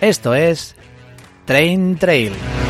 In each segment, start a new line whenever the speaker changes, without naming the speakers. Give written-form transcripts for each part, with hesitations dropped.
Esto es Train Trail.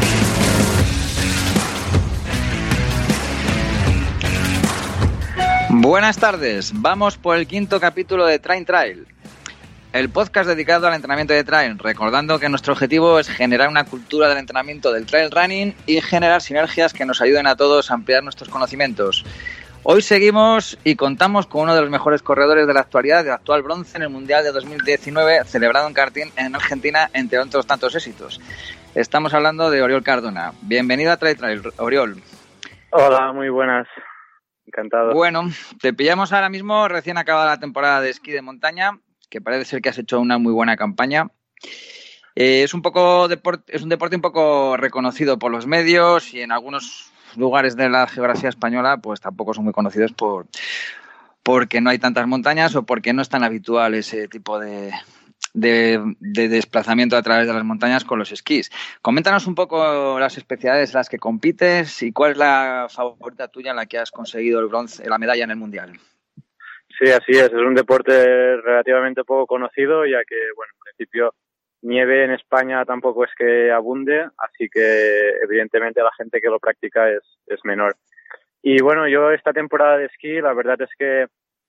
Buenas tardes, vamos por el quinto capítulo de Train Trail, el podcast dedicado al entrenamiento de trail, recordando que nuestro objetivo es generar una cultura del entrenamiento del trail running y generar sinergias que nos ayuden a todos a ampliar nuestros conocimientos. Hoy seguimos y contamos con uno de los mejores corredores de la actualidad, de actual bronce en el Mundial de 2019, celebrado en Argentina, entre otros tantos éxitos. Estamos hablando de Oriol Cardona. Bienvenido a Trail Trail, Oriol.
Hola, muy buenas. Encantado.
Bueno, te pillamos ahora mismo recién acabada la temporada de esquí de montaña, que parece ser que has hecho una muy buena campaña. Es un deporte un poco reconocido por los medios y en algunos lugares de la geografía española pues tampoco son muy conocidos porque no hay tantas montañas o porque no es tan habitual ese tipo de desplazamiento a través de las montañas con los esquís. Coméntanos un poco las especialidades en las que compites y cuál es la favorita tuya en la que has conseguido el bronce, la medalla en el Mundial.
Sí, así es un deporte relativamente poco conocido, ya que, bueno, en principio nieve en España tampoco es que abunde, así que evidentemente la gente que lo practica es menor. Y bueno, yo esta temporada de esquí, la verdad es que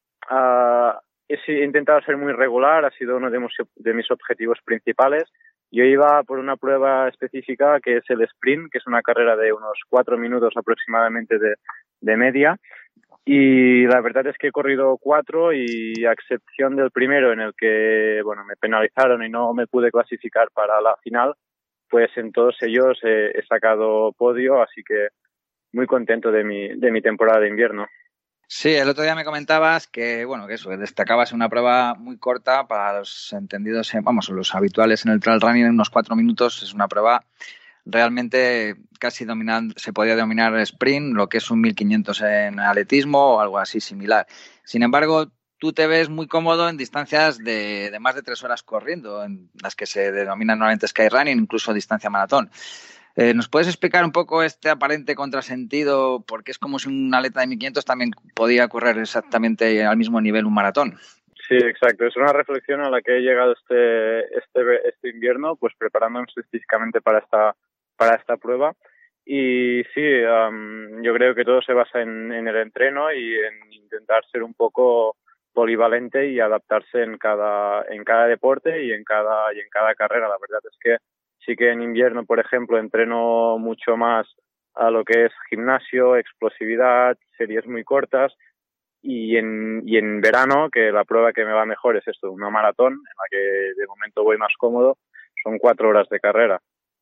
he intentado ser muy regular, ha sido uno de mis objetivos principales. Yo iba por una prueba específica que es el sprint, que es una carrera de unos 4 minutos aproximadamente de media. Y la verdad es que he corrido 4 y a excepción del primero en el que, bueno, me penalizaron y no me pude clasificar para la final, pues en todos ellos he sacado podio, así que muy contento de mi temporada de invierno.
Sí, el otro día me comentabas que, bueno, que destacabas en una prueba muy corta para los entendidos, los habituales en el trail running en unos 4 minutos. Es una prueba realmente casi se podía denominar sprint, lo que es un 1500 en atletismo o algo así similar. Sin embargo, tú te ves muy cómodo en distancias de más de 3 horas corriendo, en las que se denominan normalmente skyrunning, incluso distancia maratón. ¿Nos puedes explicar un poco este aparente contrasentido? Porque es como si un atleta de 1500 también podía correr exactamente al mismo nivel un maratón.
Sí, exacto. Es una reflexión a la que he llegado este invierno, pues preparándome específicamente para esta prueba. Y sí, yo creo que todo se basa en el entreno y en intentar ser un poco polivalente y adaptarse en cada deporte y en cada carrera. La verdad es que sí que en invierno, por ejemplo, entreno mucho más a lo que es gimnasio, explosividad, series muy cortas. Y en verano, que la prueba que me va mejor es una maratón, en la que de momento voy más cómodo, son 4 horas de carrera.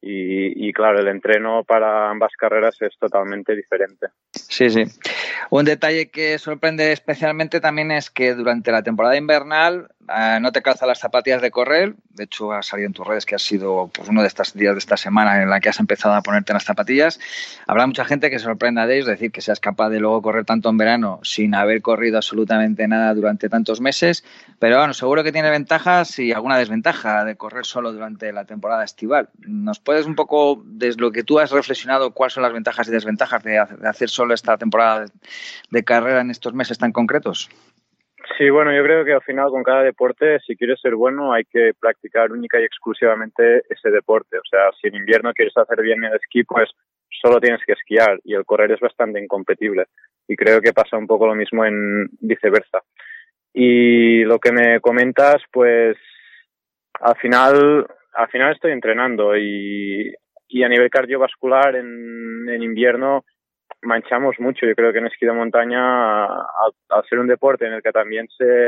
Y claro, el entreno para ambas carreras es totalmente diferente.
Sí, sí. Un detalle que sorprende especialmente también es que durante la temporada invernal no te calzas las zapatillas de correr. De hecho, ha salido en tus redes que ha sido pues, uno de estos días de esta semana en la que has empezado a ponerte las zapatillas. Habrá mucha gente que se sorprenda de ello, es decir, que seas capaz de luego correr tanto en verano sin haber corrido absolutamente nada durante tantos meses. Pero bueno, seguro que tiene ventajas y alguna desventaja de correr solo durante la temporada estival. ¿Nos puedes un poco, desde lo que tú has reflexionado, cuáles son las ventajas y desventajas de hacer solo esta temporada de carrera en estos meses tan concretos?
Sí, bueno, yo creo que al final con cada deporte, si quieres ser bueno, hay que practicar única y exclusivamente ese deporte. O sea, si en invierno quieres hacer bien el esquí, pues solo tienes que esquiar y el correr es bastante incompatible. Y creo que pasa un poco lo mismo en viceversa. Y lo que me comentas, pues al final estoy entrenando y a nivel cardiovascular en invierno manchamos mucho. Yo creo que en esquí de montaña, al ser un deporte en el que también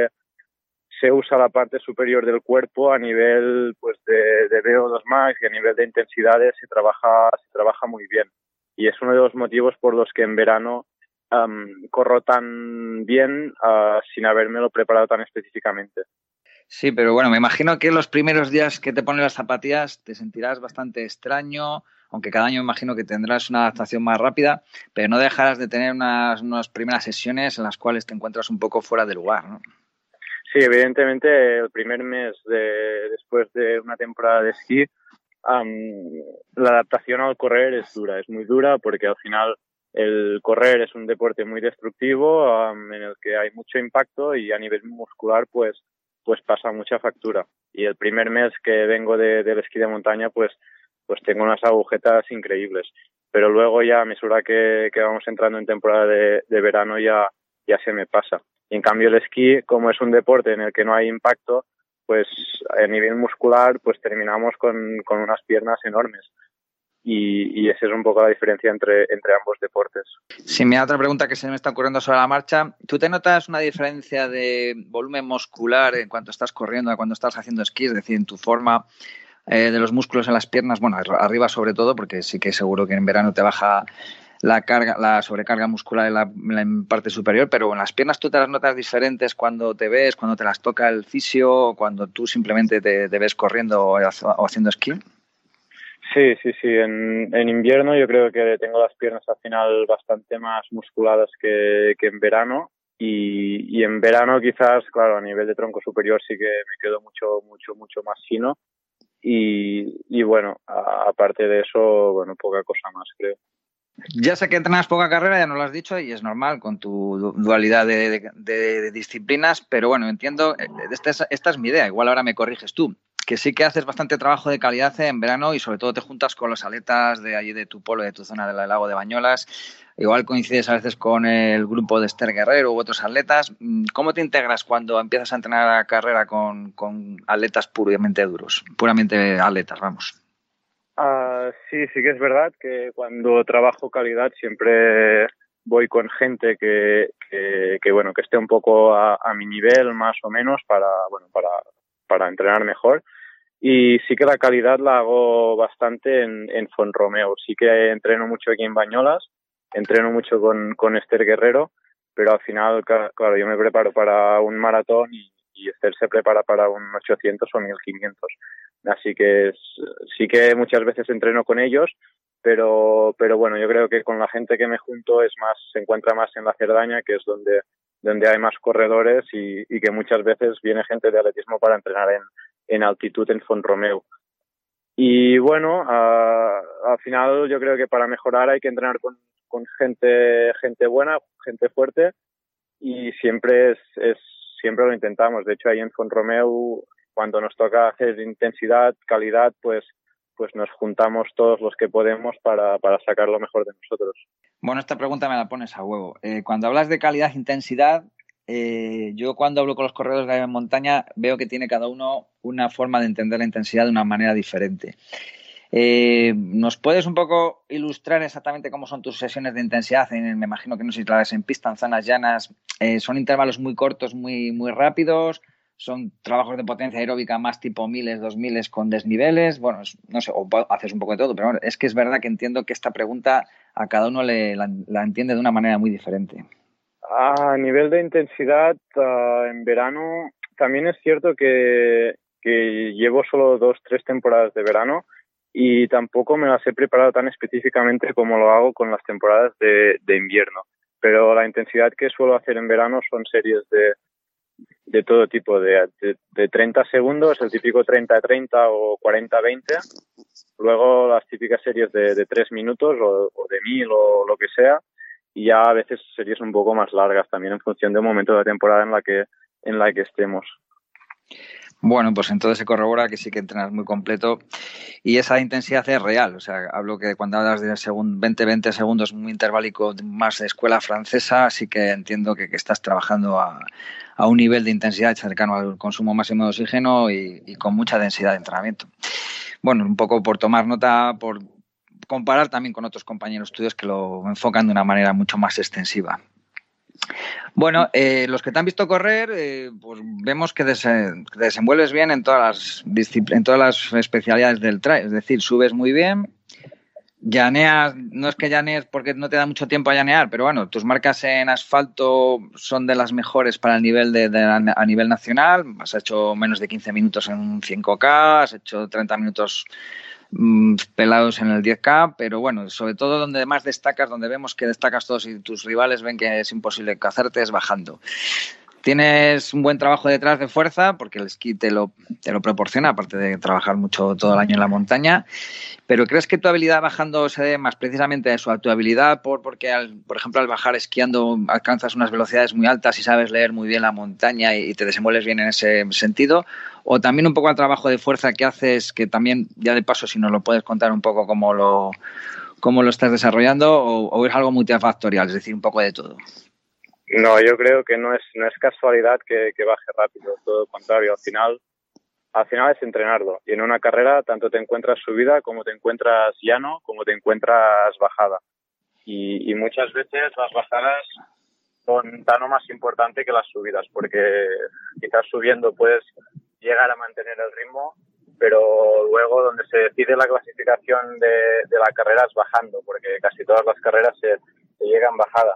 se usa la parte superior del cuerpo a nivel pues de VO2 max y a nivel de intensidades se trabaja muy bien. Y es uno de los motivos por los que en verano corro tan bien sin habérmelo preparado tan específicamente.
Sí, pero bueno, me imagino que los primeros días que te pones las zapatillas te sentirás bastante extraño, aunque cada año me imagino que tendrás una adaptación más rápida, pero no dejarás de tener unas primeras sesiones en las cuales te encuentras un poco fuera de lugar, ¿no?
Sí, evidentemente el primer mes después de una temporada de esquí, la adaptación al correr es muy dura porque al final el correr es un deporte muy destructivo, en el que hay mucho impacto y a nivel muscular pues pues pasa mucha factura. Y el primer mes que vengo del esquí de montaña, pues tengo unas agujetas increíbles. Pero luego ya a mesura que vamos entrando en temporada de verano ya se me pasa. Y en cambio el esquí, como es un deporte en el que no hay impacto, pues a nivel muscular pues terminamos con unas piernas enormes. Y esa es un poco la diferencia entre ambos deportes.
Sí, mira, otra pregunta que se me está ocurriendo sobre la marcha. ¿Tú te notas una diferencia de volumen muscular en cuanto estás corriendo a cuando estás haciendo esquí? Es decir, en tu forma de los músculos en las piernas, bueno, arriba sobre todo, porque sí que seguro que en verano te baja la sobrecarga muscular en la parte superior, pero en las piernas tú te las notas diferentes cuando te ves, cuando te las toca el fisio, o cuando tú simplemente te ves corriendo o haciendo esquí.
Sí. En invierno yo creo que tengo las piernas al final bastante más musculadas que en verano. Y en verano quizás, claro, a nivel de tronco superior sí que me quedo mucho más fino. Y bueno, aparte de eso, bueno, poca cosa más, creo.
Ya sé que entrenas poca carrera, ya nos lo has dicho, y es normal con tu dualidad de disciplinas, pero bueno, entiendo, esta es mi idea, igual ahora me corriges tú, que sí que haces bastante trabajo de calidad en verano y sobre todo te juntas con los atletas de allí de tu pueblo, de tu zona del lago de Bañolas. Igual coincides a veces con el grupo de Esther Guerrero u otros atletas. ¿Cómo te integras cuando empiezas a entrenar a carrera con atletas puramente duros? Puramente atletas, vamos.
Sí que es verdad que cuando trabajo calidad siempre voy con gente que esté un poco a mi nivel más o menos para entrenar mejor. Y sí que la calidad la hago bastante en Font-romeu. Sí que entreno mucho aquí en Bañolas, entreno mucho con Esther Guerrero, pero al final, claro, yo me preparo para un maratón y Esther se prepara para un 800 o 1500. Así que sí que muchas veces entreno con ellos, pero bueno, yo creo que con la gente que me junto se encuentra más en la Cerdaña, que es donde hay más corredores y que muchas veces viene gente de atletismo para entrenar en altitud en Font-romeu. Y bueno, al final yo creo que para mejorar hay que entrenar con gente buena, gente fuerte, y siempre siempre lo intentamos. De hecho, ahí en Font-romeu, cuando nos toca hacer intensidad, calidad, pues nos juntamos todos los que podemos para sacar lo mejor de nosotros.
Bueno, esta pregunta me la pones a huevo. Cuando hablas de calidad e intensidad, yo cuando hablo con los corredores de montaña veo que tiene cada uno una forma de entender la intensidad de una manera diferente. ¿Nos puedes un poco ilustrar exactamente cómo son tus sesiones de intensidad? Me imagino que no sé si las en pista, en zonas llanas. ¿Son intervalos muy cortos, muy rápidos? ¿Son trabajos de potencia aeróbica más tipo 1000, 2000 con desniveles? Bueno, no sé, o haces un poco de todo, pero bueno, es que es verdad que entiendo que esta pregunta a cada uno la entiende de una manera muy diferente.
A nivel de intensidad, en verano también es cierto que llevo solo 2-3 temporadas de verano y tampoco me las he preparado tan específicamente como lo hago con las temporadas de invierno. Pero la intensidad que suelo hacer en verano son series de todo tipo, de 30 segundos, el típico 30-30 o 40-20. Luego las típicas series de 3 minutos o de 1000 o lo que sea. Y ya a veces series un poco más largas también en función del momento de la temporada en la que estemos.
Bueno, pues entonces se corrobora que sí que entrenas muy completo y esa intensidad es real. O sea, hablo que cuando hablas de 20 segundos muy intervalico más de escuela francesa, así que entiendo que estás trabajando a un nivel de intensidad cercano al consumo máximo de oxígeno y con mucha densidad de entrenamiento. Bueno, un poco por tomar nota, por comparar también con otros compañeros tuyos que lo enfocan de una manera mucho más extensiva. Bueno, los que te han visto correr, pues vemos que te desenvuelves bien en todas las especialidades del trail, es decir, subes muy bien, llaneas, no es que llanees porque no te da mucho tiempo a llanear, pero bueno, tus marcas en asfalto son de las mejores para el nivel a nivel nacional. Has hecho menos de 15 minutos en un 5K, has hecho 30 minutos pelados en el 10K, pero bueno, sobre todo donde más destacas, donde vemos que destacas todos y tus rivales ven que es imposible hacerte, es bajando. tienes un buen trabajo detrás de fuerza, porque el esquí te lo proporciona, aparte de trabajar mucho todo el año en la montaña. Pero ¿crees que tu habilidad bajando se debe más precisamente a eso, a tu habilidad porque, por ejemplo, al bajar esquiando alcanzas unas velocidades muy altas y sabes leer muy bien la montaña y te desenvuelves bien en ese sentido? ¿O también un poco al trabajo de fuerza que haces, que también, ya de paso, si nos lo puedes contar un poco cómo lo estás desarrollando, o es algo multifactorial, es decir, un poco de todo?
No, yo creo que no es casualidad que baje rápido, todo lo contrario. Al final es entrenarlo. Y en una carrera tanto te encuentras subida como te encuentras llano, como te encuentras bajada. Y muchas veces las bajadas son tan o más importante que las subidas, porque quizás subiendo puedes llegar a mantener el ritmo, pero luego donde se decide la clasificación de la carrera es bajando, porque casi todas las carreras se llegan bajada.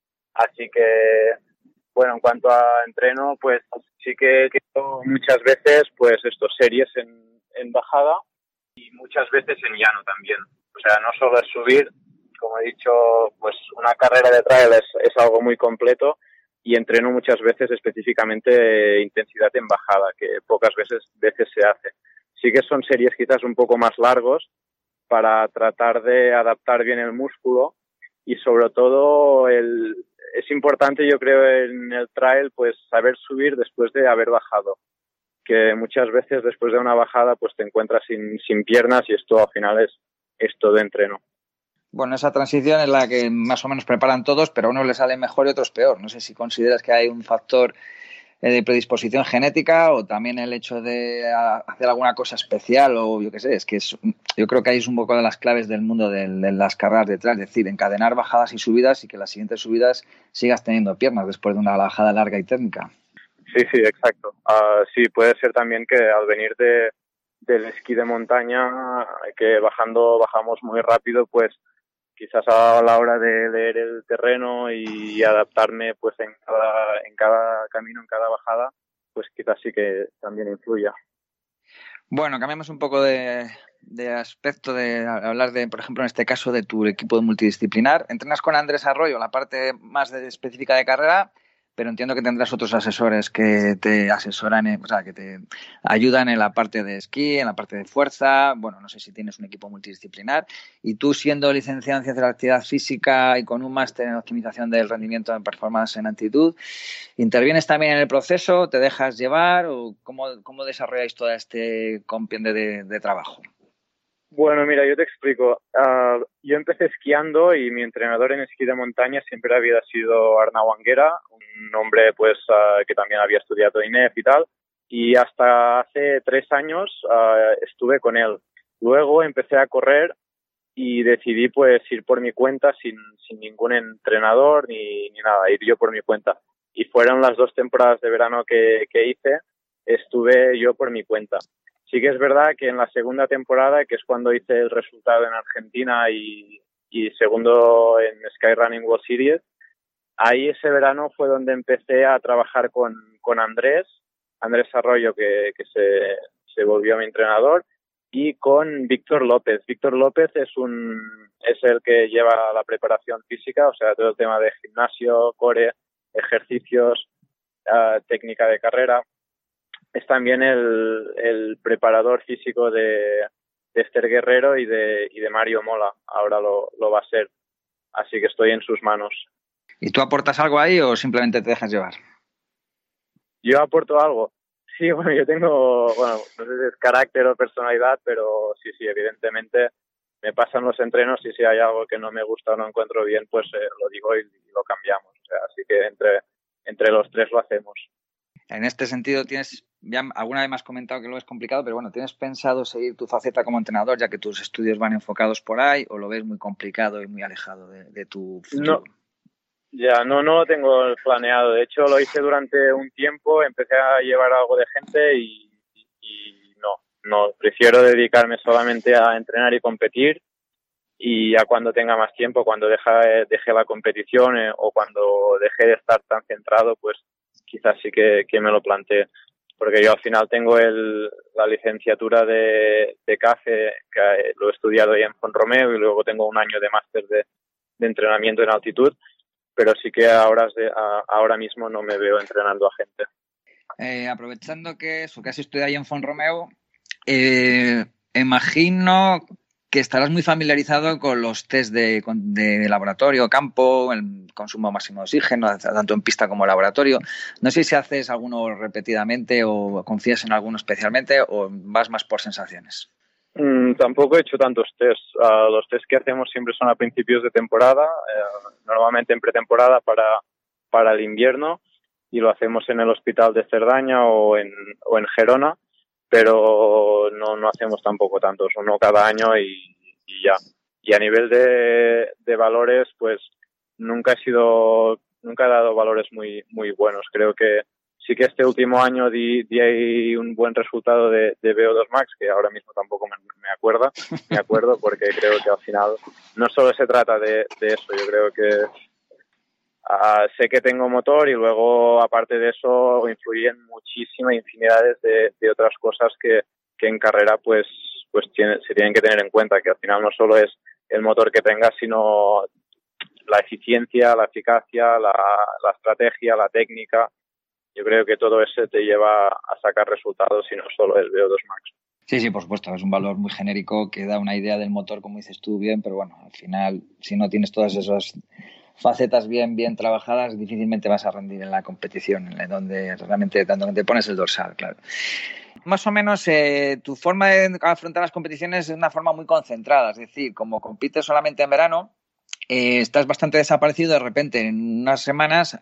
Así que, bueno, en cuanto a entreno, pues sí que he hecho muchas veces, pues series en bajada y muchas veces en llano también. O sea, no solo es subir, como he dicho, pues una carrera de trail es algo muy completo y entreno muchas veces específicamente intensidad en bajada, que pocas veces se hace. Sí que son series quizás un poco más largos para tratar de adaptar bien el músculo y sobre todo es importante, yo creo, en el trail, pues saber subir después de haber bajado, que muchas veces después de una bajada pues te encuentras sin piernas y esto al final es todo entreno.
Bueno, esa transición es la que más o menos preparan todos, pero a unos les sale mejor y a otros peor. No sé si consideras que hay un factor de predisposición genética o también el hecho de hacer alguna cosa especial o yo qué sé, yo creo que ahí es un poco de las claves del mundo de las carreras de trail, es decir, encadenar bajadas y subidas y que las siguientes subidas sigas teniendo piernas después de una bajada larga y técnica.
Sí, exacto. Sí, puede ser también que al venir del esquí de montaña, que bajamos muy rápido, pues quizás a la hora de leer el terreno y adaptarme pues en cada camino, en cada bajada, pues quizás sí que también influya.
Bueno, cambiamos un poco de aspecto, de hablar de, por ejemplo, en este caso de tu equipo multidisciplinar. Entrenas con Andrés Arroyo, la parte más específica de carrera, pero entiendo que tendrás otros asesores que te asesoran, o sea, que te ayudan en la parte de esquí, en la parte de fuerza. Bueno, no sé si tienes un equipo multidisciplinar. Y tú, siendo licenciado en Ciencias de la Actividad Física y con un máster en optimización del rendimiento en performance en altitud, ¿intervienes también en el proceso? ¿Te dejas llevar? ¿O cómo desarrolláis todo este compendio de trabajo?
Bueno, mira, yo te explico. Yo empecé esquiando y mi entrenador en esquí de montaña siempre había sido Arnau Anguera, un hombre pues que también había estudiado INEF y tal. Y hasta hace 3 años estuve con él. Luego empecé a correr y decidí pues ir por mi cuenta sin ningún entrenador ni nada, ir yo por mi cuenta. Y fueron las 2 temporadas de verano que hice, estuve yo por mi cuenta. Sí que es verdad que en la segunda temporada, que es cuando hice el resultado en Argentina y segundo en Skyrunning World Series, ahí ese verano fue donde empecé a trabajar con Andrés Arroyo, que se volvió mi entrenador, y con Víctor López. Víctor López es el que lleva la preparación física, o sea, todo el tema de gimnasio, core, ejercicios, técnica de carrera. Es también el preparador físico de Esther Guerrero y de Mario Mola. Ahora lo va a ser. Así que estoy en sus manos.
¿Y tú aportas algo ahí o simplemente te dejas llevar?
Yo aporto algo. Sí, bueno, yo tengo, no sé si es carácter o personalidad, pero sí, evidentemente me pasan los entrenos y si hay algo que no me gusta o no encuentro bien, pues lo digo y lo cambiamos. O sea, así que entre los 3 lo hacemos.
En este sentido, ya alguna vez me has comentado que lo es complicado, pero bueno, ¿tienes pensado seguir tu faceta como entrenador, ya que tus estudios van enfocados por ahí, o lo ves muy complicado y muy alejado de tu futuro?
No lo tengo planeado. De hecho, lo hice durante un tiempo, empecé a llevar algo de gente y no. Prefiero dedicarme solamente a entrenar y competir, y ya cuando tenga más tiempo, cuando deje la competición o cuando deje de estar tan centrado, pues quizás sí que me lo plantee. Porque yo al final tengo la licenciatura de CAFE, que lo he estudiado ya en Font-Romeu, y luego tengo un año de máster de entrenamiento en altitud. pero sí que ahora mismo no me veo entrenando a gente.
Aprovechando que has estudiado ahí en Font-Romeu, imagino que estarás muy familiarizado con los test de laboratorio, campo, el consumo máximo de oxígeno, tanto en pista como en laboratorio. No sé si haces alguno repetidamente o confías en alguno especialmente o vas más por sensaciones.
Tampoco he hecho tantos tests. Los tests que hacemos siempre son a principios de temporada, normalmente en pretemporada para el invierno, y lo hacemos en el hospital de Cerdaña o en Gerona, pero no hacemos tampoco tantos, uno cada año y ya. Y a nivel de valores, pues nunca he dado valores muy, muy buenos. Creo que sí que este último año di ahí un buen resultado de VO2 Max, que ahora mismo tampoco me acuerdo, porque creo que al final no solo se trata de eso. Yo creo que sé que tengo motor y luego, aparte de eso, influyen muchísimas infinidades de otras cosas que en carrera pues se tienen que tener en cuenta, que al final no solo es el motor que tengas, sino la eficiencia, la eficacia, la estrategia, la técnica. Yo creo que todo eso te lleva a sacar resultados y no solo el VO2 Max.
Sí, por supuesto, es un valor muy genérico que da una idea del motor, como dices tú bien, pero bueno, al final, si no tienes todas esas facetas bien trabajadas, difícilmente vas a rendir en la competición, en donde realmente te pones el dorsal, claro. Más o menos tu forma de afrontar las competiciones es una forma muy concentrada, es decir, como compites solamente en verano, estás bastante desaparecido. De repente, en unas semanas,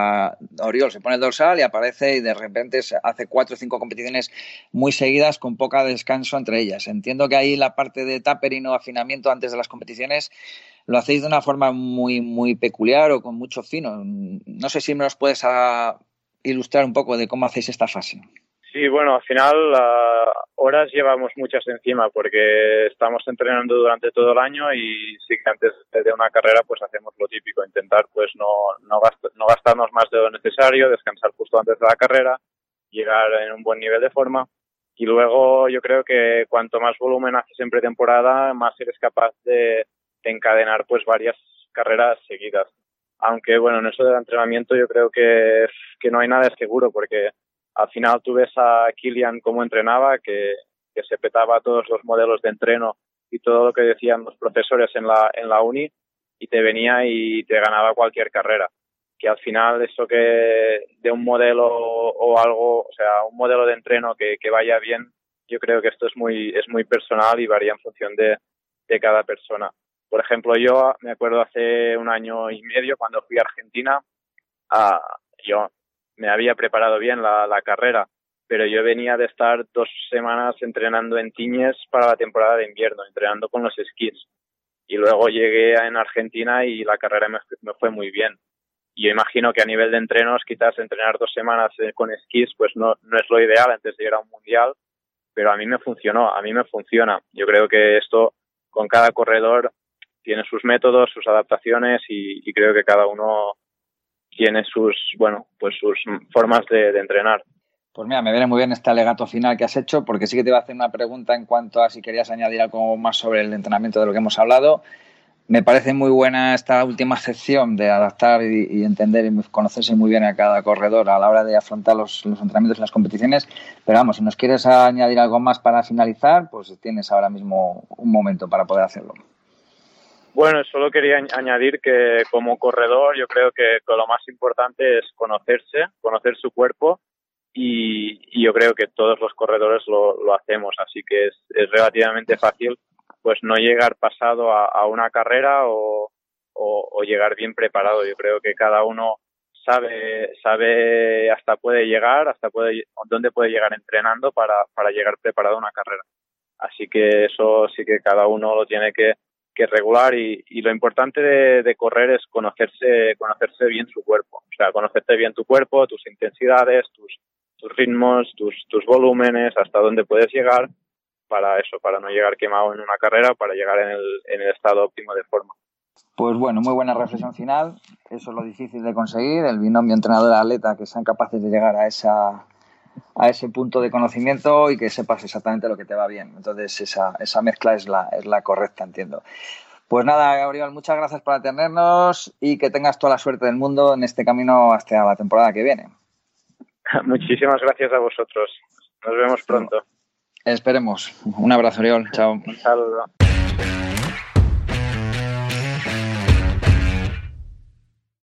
Oriol se pone el dorsal y aparece, y de repente hace 4 o 5 competiciones muy seguidas con poca descanso entre ellas. Entiendo que ahí la parte de tapering o afinamiento antes de las competiciones lo hacéis de una forma muy, muy peculiar o con mucho fino. No sé si me los puedes ilustrar un poco de cómo hacéis esta fase.
Sí, bueno, al final horas llevamos muchas encima porque estamos entrenando durante todo el año y sí que antes de una carrera pues hacemos lo típico, intentar pues no gastarnos más de lo necesario, descansar justo antes de la carrera, llegar en un buen nivel de forma, y luego yo creo que cuanto más volumen haces en pretemporada, más eres capaz de encadenar pues varias carreras seguidas. Aunque bueno, en eso del entrenamiento yo creo que no hay nada seguro, porque al final tú ves a Kilian cómo entrenaba, que se petaba todos los modelos de entreno y todo lo que decían los profesores en la uni, y te venía y te ganaba cualquier carrera. Que al final eso que de un modelo o algo, o sea, un modelo de entreno que vaya bien, yo creo que esto es muy personal y varía en función de cada persona. Por ejemplo, yo me acuerdo hace 1 año y medio cuando fui a Argentina, yo me había preparado bien la carrera, pero yo venía de estar 2 semanas entrenando en Tiñes para la temporada de invierno, entrenando con los esquís. Y luego llegué en Argentina y la carrera me fue muy bien. Y yo imagino que a nivel de entrenos, quizás entrenar 2 semanas con esquís pues no es lo ideal antes de ir a un mundial, pero a mí me funciona. Yo creo que esto con cada corredor tiene sus métodos, sus adaptaciones, y creo que cada uno tiene sus formas de entrenar.
Pues mira, me viene muy bien este alegato final que has hecho, porque sí que te iba a hacer una pregunta en cuanto a si querías añadir algo más sobre el entrenamiento de lo que hemos hablado. Me parece muy buena esta última sección de adaptar y entender y conocerse muy bien a cada corredor a la hora de afrontar los entrenamientos y las competiciones. Pero vamos, si nos quieres añadir algo más para finalizar, pues tienes ahora mismo un momento para poder hacerlo.
Bueno, solo quería añadir que como corredor yo creo que lo más importante es conocer su cuerpo, y yo creo que todos los corredores lo hacemos, así que es relativamente fácil pues no llegar pasado a una carrera o llegar bien preparado. Yo creo que cada uno sabe dónde puede llegar entrenando para llegar preparado a una carrera. Así que eso sí que cada uno lo tiene que regular, y lo importante de correr es conocerse bien su cuerpo. O sea, conocerte bien tu cuerpo, tus intensidades, tus ritmos, tus volúmenes, hasta dónde puedes llegar, para no llegar quemado en una carrera, para llegar en el estado óptimo de forma.
Pues bueno, muy buena reflexión final. Eso es lo difícil de conseguir, el binomio entrenador-atleta, que sean capaces de llegar a ese punto de conocimiento y que sepas exactamente lo que te va bien. Entonces esa mezcla es la correcta, entiendo. Pues nada, Gabriel, muchas gracias por atendernos y que tengas toda la suerte del mundo en este camino hasta la temporada que viene.
Muchísimas gracias a vosotros. Nos vemos pronto.
Esperemos. Un abrazo, Oriol. Chao.
Un saludo.